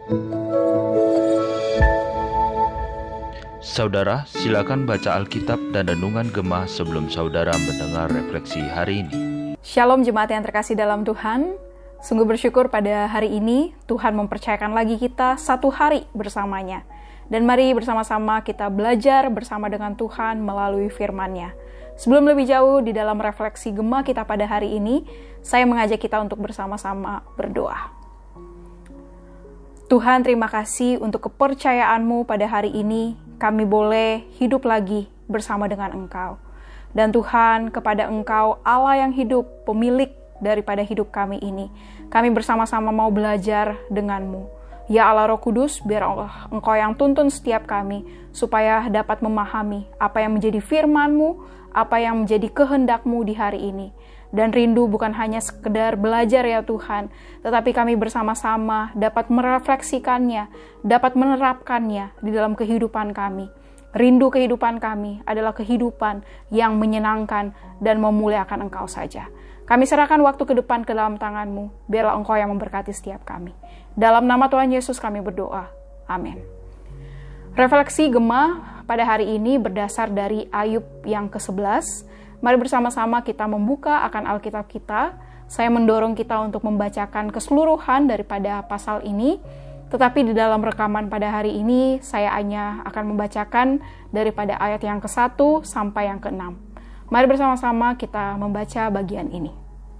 Saudara, silakan baca Alkitab dan Renungan Gemah sebelum saudara mendengar refleksi hari ini. Shalom jemaat yang terkasih dalam Tuhan. Sungguh bersyukur pada hari ini Tuhan mempercayakan lagi kita satu hari bersamanya. Dan mari bersama-sama kita belajar bersama dengan Tuhan melalui firman-Nya. Sebelum lebih jauh di dalam refleksi Gemah kita pada hari ini, saya mengajak kita untuk bersama-sama berdoa. Tuhan, terima kasih untuk kepercayaan-Mu pada hari ini. Kami boleh hidup lagi bersama dengan Engkau. Dan Tuhan, kepada Engkau, Allah yang hidup, pemilik daripada hidup kami ini, kami bersama-sama mau belajar dengan-Mu. Ya Allah Roh Kudus, biar Engkau yang tuntun setiap kami, supaya dapat memahami apa yang menjadi firman-Mu, apa yang menjadi kehendak-Mu di hari ini. Dan rindu bukan hanya sekedar belajar ya Tuhan, tetapi kami bersama-sama dapat merefleksikannya, dapat menerapkannya di dalam kehidupan kami. Rindu kehidupan kami adalah kehidupan yang menyenangkan dan memuliakan Engkau saja. Kami serahkan waktu ke depan ke dalam tangan-Mu, biarlah Engkau yang memberkati setiap kami. Dalam nama Tuhan Yesus kami berdoa. Amin. Refleksi Gemah pada hari ini berdasar dari Ayub yang ke-11. Mari bersama-sama kita membuka akan Alkitab kita. Saya mendorong kita untuk membacakan keseluruhan daripada pasal ini. Tetapi di dalam rekaman pada hari ini, saya hanya akan membacakan daripada ayat yang ke-1 sampai yang ke-6. Mari bersama-sama kita membaca bagian ini.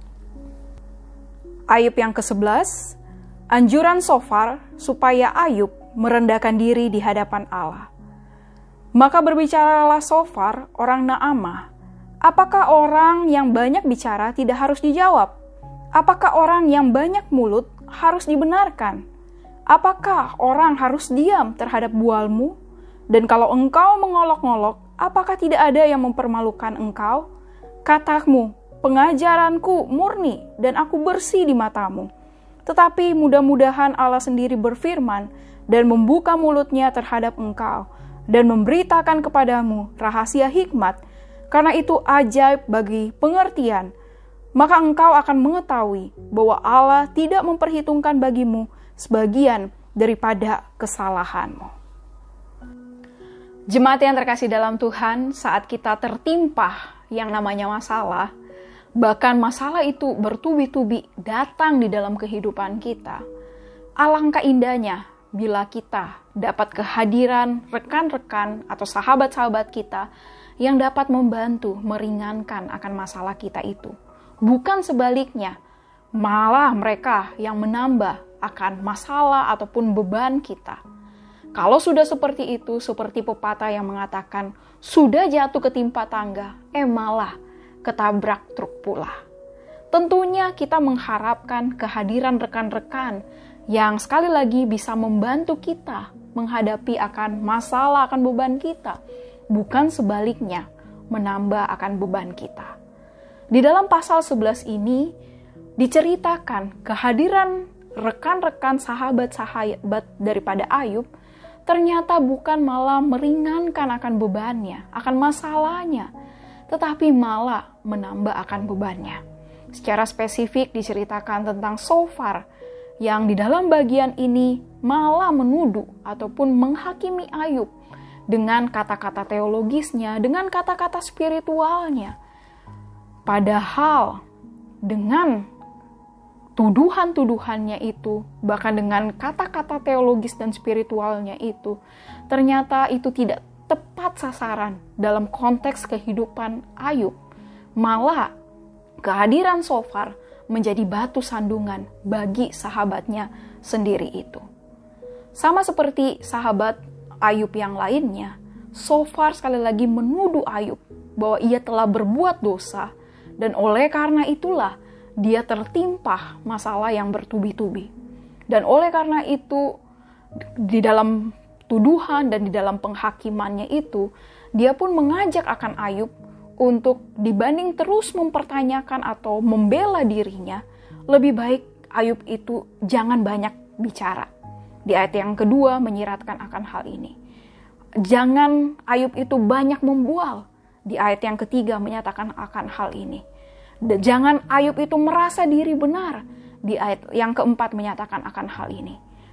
Ayub yang ke-11, anjuran Sofar supaya Ayub merendahkan diri di hadapan Allah. Maka berbicaralah Sofar, orang Naamah. Apakah orang yang banyak bicara tidak harus dijawab? Apakah orang yang banyak mulut harus dibenarkan? Apakah orang harus diam terhadap bualmu? Dan kalau engkau mengolok-ngolok, apakah tidak ada yang mempermalukan engkau? Katamu, pengajaranku murni dan aku bersih di matamu. Tetapi mudah-mudahan Allah sendiri berfirman dan membuka mulutnya terhadap engkau dan memberitakan kepadamu rahasia hikmat. Karena itu ajaib bagi pengertian, maka engkau akan mengetahui bahwa Allah tidak memperhitungkan bagimu sebagian daripada kesalahanmu. Jemaat yang terkasih dalam Tuhan, saat kita tertimpa yang namanya masalah, bahkan masalah itu bertubi-tubi datang di dalam kehidupan kita, alangkah indahnya bila kita dapat kehadiran rekan-rekan atau sahabat-sahabat kita yang dapat membantu meringankan akan masalah kita itu. Bukan sebaliknya, malah mereka yang menambah akan masalah ataupun beban kita. Kalau sudah seperti itu, seperti pepatah yang mengatakan, sudah jatuh ketimpa tangga, malah ketabrak truk pula. Tentunya kita mengharapkan kehadiran rekan-rekan yang sekali lagi bisa membantu kita menghadapi akan masalah, akan beban kita. Bukan sebaliknya, menambah akan beban kita. Di dalam pasal 11 ini, diceritakan kehadiran rekan-rekan sahabat-sahabat daripada Ayub, ternyata bukan malah meringankan akan bebannya, akan masalahnya, tetapi malah menambah akan bebannya. Secara spesifik diceritakan tentang Sofar, yang di dalam bagian ini malah menuduh ataupun menghakimi Ayub, dengan kata-kata teologisnya, dengan kata-kata spiritualnya. Padahal dengan tuduhan-tuduhannya itu, bahkan dengan kata-kata teologis dan spiritualnya itu, ternyata itu tidak tepat sasaran dalam konteks kehidupan Ayub. Malah kehadiran Sofar menjadi batu sandungan bagi sahabatnya sendiri itu. Sama seperti sahabat Ayub yang lainnya, Sofar sekali lagi menuduh Ayub bahwa ia telah berbuat dosa dan oleh karena itulah dia tertimpa masalah yang bertubi-tubi. Dan oleh karena itu di dalam tuduhan dan di dalam penghakimannya itu, dia pun mengajak akan Ayub untuk dibanding terus mempertanyakan atau membela dirinya, lebih baik Ayub itu jangan banyak bicara. Di ayat yang kedua menyiratkan akan hal ini. Jangan Ayub itu banyak membual. Di ayat yang ketiga menyatakan akan hal ini. Jangan Ayub itu merasa diri benar. Di ayat yang keempat menyatakan akan hal ini.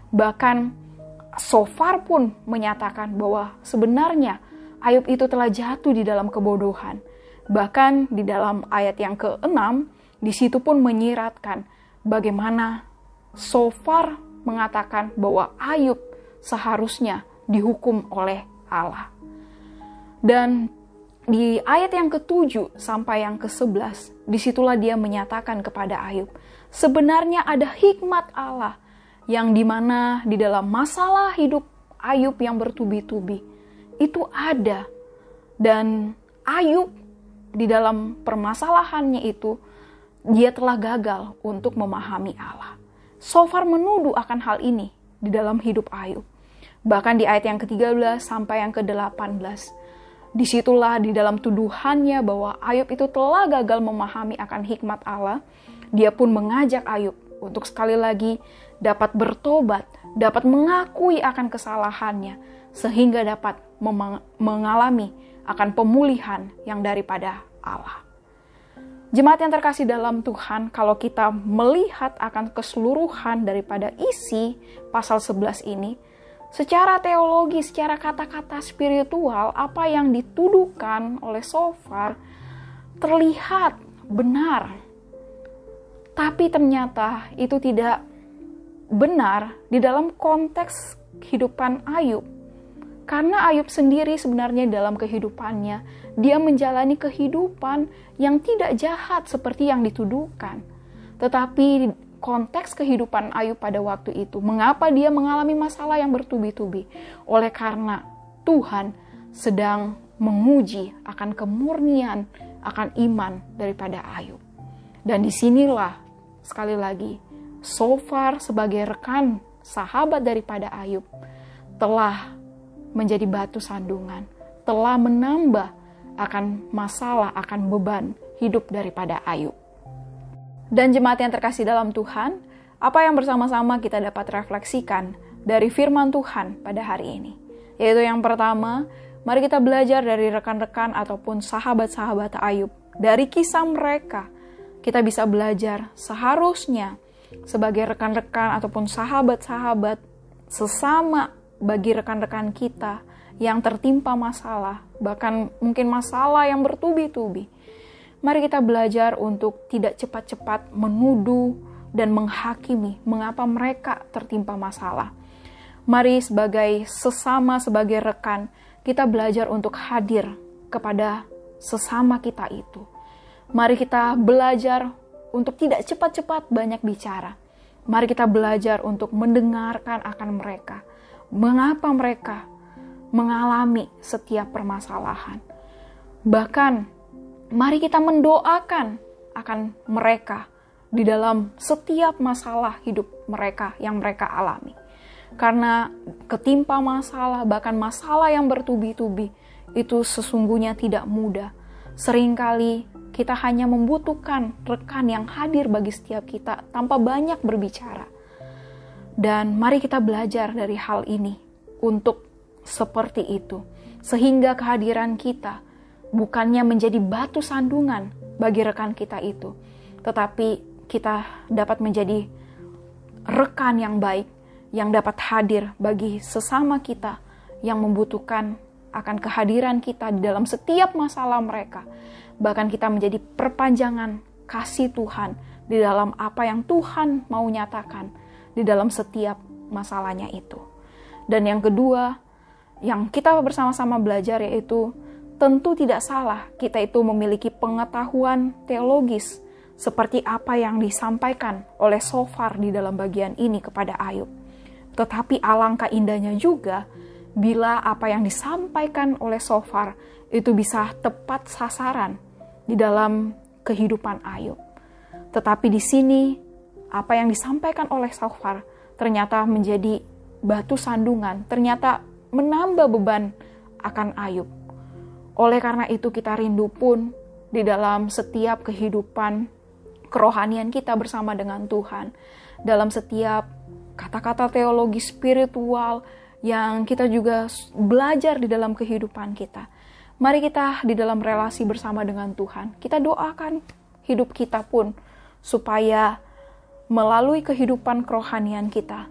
Bahkan Shofar pun menyatakan bahwa sebenarnya Ayub itu telah jatuh di dalam kebodohan. Bahkan di dalam ayat yang ke-6, di situ pun menyiratkan bagaimana Shofar mengatakan bahwa Ayub seharusnya dihukum oleh Allah. Dan di ayat yang ke-7 sampai yang ke-11, disitulah dia menyatakan kepada Ayub, sebenarnya ada hikmat Allah yang dimana di dalam masalah hidup Ayub yang bertubi-tubi, itu ada. Dan Ayub di dalam permasalahannya itu, dia telah gagal untuk memahami Allah. Shofar menuduh akan hal ini di dalam hidup Ayub. Bahkan di ayat yang ke-13 sampai yang ke-18, disitulah di dalam tuduhannya bahwa Ayub itu telah gagal memahami akan hikmat Allah, dia pun mengajak Ayub untuk sekali lagi dapat bertobat, dapat mengakui akan kesalahannya, sehingga dapat mengalami akan pemulihan yang daripada Allah. Jemaat yang terkasih dalam Tuhan, kalau kita melihat akan keseluruhan daripada isi pasal 11 ini, secara teologi, secara kata-kata spiritual, apa yang dituduhkan oleh Shofar terlihat benar. Tapi ternyata itu tidak benar di dalam konteks kehidupan Ayub. Karena Ayub sendiri sebenarnya dalam kehidupannya, dia menjalani kehidupan yang tidak jahat seperti yang dituduhkan. Tetapi konteks kehidupan Ayub pada waktu itu, mengapa dia mengalami masalah yang bertubi-tubi? Oleh karena Tuhan sedang menguji akan kemurnian, akan iman daripada Ayub. Dan disinilah sekali lagi, Shofar sebagai rekan sahabat daripada Ayub telah menjadi batu sandungan, telah menambah akan masalah, akan beban hidup daripada Ayub. Dan jemaat yang terkasih dalam Tuhan, apa yang bersama-sama kita dapat refleksikan dari firman Tuhan pada hari ini? Yaitu yang pertama, mari kita belajar dari rekan-rekan ataupun sahabat-sahabat Ayub. Dari kisah mereka, kita bisa belajar seharusnya sebagai rekan-rekan ataupun sahabat-sahabat sesama bagi rekan-rekan kita yang tertimpa masalah, bahkan mungkin masalah yang bertubi-tubi. Mari kita belajar untuk tidak cepat-cepat menuduh dan menghakimi mengapa mereka tertimpa masalah. Mari sebagai sesama, sebagai rekan, kita belajar untuk hadir kepada sesama kita itu. Mari kita belajar untuk tidak cepat-cepat banyak bicara. Mari kita belajar untuk mendengarkan akan mereka. Mengapa mereka mengalami setiap permasalahan. Bahkan, mari kita mendoakan akan mereka di dalam setiap masalah hidup mereka yang mereka alami. Karena ketimpa masalah, bahkan masalah yang bertubi-tubi, itu sesungguhnya tidak mudah. Seringkali kita hanya membutuhkan rekan yang hadir bagi setiap kita tanpa banyak berbicara. Dan mari kita belajar dari hal ini untuk seperti itu. Sehingga kehadiran kita bukannya menjadi batu sandungan bagi rekan kita itu, tetapi kita dapat menjadi rekan yang baik, yang dapat hadir bagi sesama kita yang membutuhkan akan kehadiran kita di dalam setiap masalah mereka. Bahkan kita menjadi perpanjangan kasih Tuhan di dalam apa yang Tuhan mau nyatakan di dalam setiap masalahnya itu. Dan yang kedua, yang kita bersama-sama belajar yaitu tentu tidak salah kita itu memiliki pengetahuan teologis seperti apa yang disampaikan oleh Shofar di dalam bagian ini kepada Ayub. Tetapi alangkah indahnya juga bila apa yang disampaikan oleh Shofar itu bisa tepat sasaran di dalam kehidupan Ayub. Tetapi di sini apa yang disampaikan oleh Shofar ternyata menjadi batu sandungan, ternyata menambah beban akan Ayub. Oleh karena itu kita rindu pun di dalam setiap kehidupan kerohanian kita bersama dengan Tuhan, dalam setiap kata-kata teologi spiritual yang kita juga belajar di dalam kehidupan kita. Mari kita di dalam relasi bersama dengan Tuhan, kita doakan hidup kita pun supaya melalui kehidupan kerohanian kita,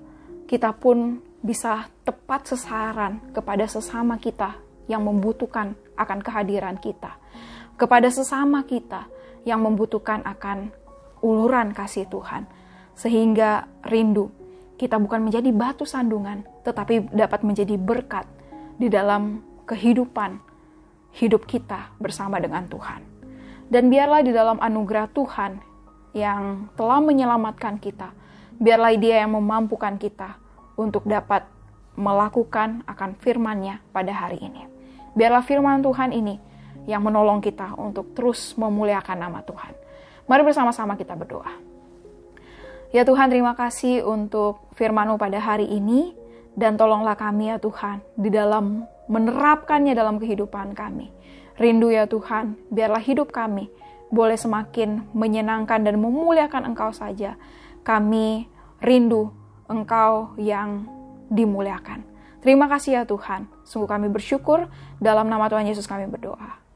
kita pun bisa tepat sasaran kepada sesama kita yang membutuhkan akan kehadiran kita, kepada sesama kita yang membutuhkan akan uluran kasih Tuhan, sehingga rindu kita bukan menjadi batu sandungan, tetapi dapat menjadi berkat di dalam kehidupan hidup kita bersama dengan Tuhan. Dan biarlah di dalam anugerah Tuhan yang telah menyelamatkan kita, biarlah Dia yang memampukan kita untuk dapat melakukan akan firman-Nya pada hari ini. Biarlah firman Tuhan ini yang menolong kita untuk terus memuliakan nama Tuhan. Mari bersama-sama kita berdoa. Ya Tuhan, terima kasih untuk firman-Mu pada hari ini, dan tolonglah kami ya Tuhan di dalam menerapkannya dalam kehidupan kami. Rindu ya Tuhan, biarlah hidup kami boleh semakin menyenangkan dan memuliakan Engkau saja. Kami rindu Engkau yang dimuliakan. Terima kasih ya Tuhan. Sungguh kami bersyukur, dalam nama Tuhan Yesus kami berdoa.